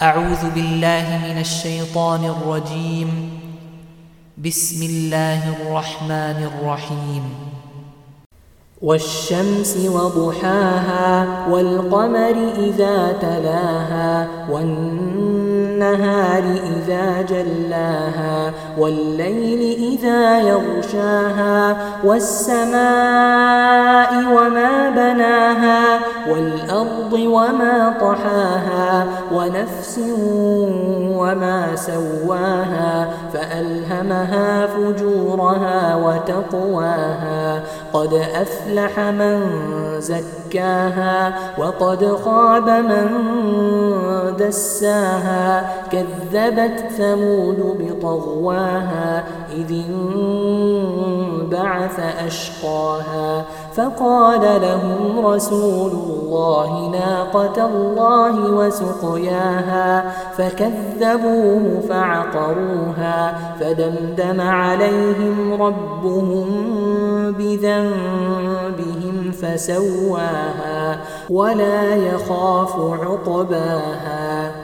أعوذ بالله من الشيطان الرجيم. بسم الله الرحمن الرحيم. والشمس وضحاها والقمر إذا تلاها والنهار إذا جلاها والليل إذا يغشاها والسماء وما بناها والأرض وما طحاها ونفس وما سواها فألهمها فجورها وتقواها قد أفلح من زكاها وقد خاب من دساها كذبت ثمود بطغواها إذ انبعث أشقاها فقال لهم رسول الله ناقة الله وسقياها فكذبوه فعقروها فدمدم عليهم ربهم بذنبهم فسواها ولا يخاف عقباها.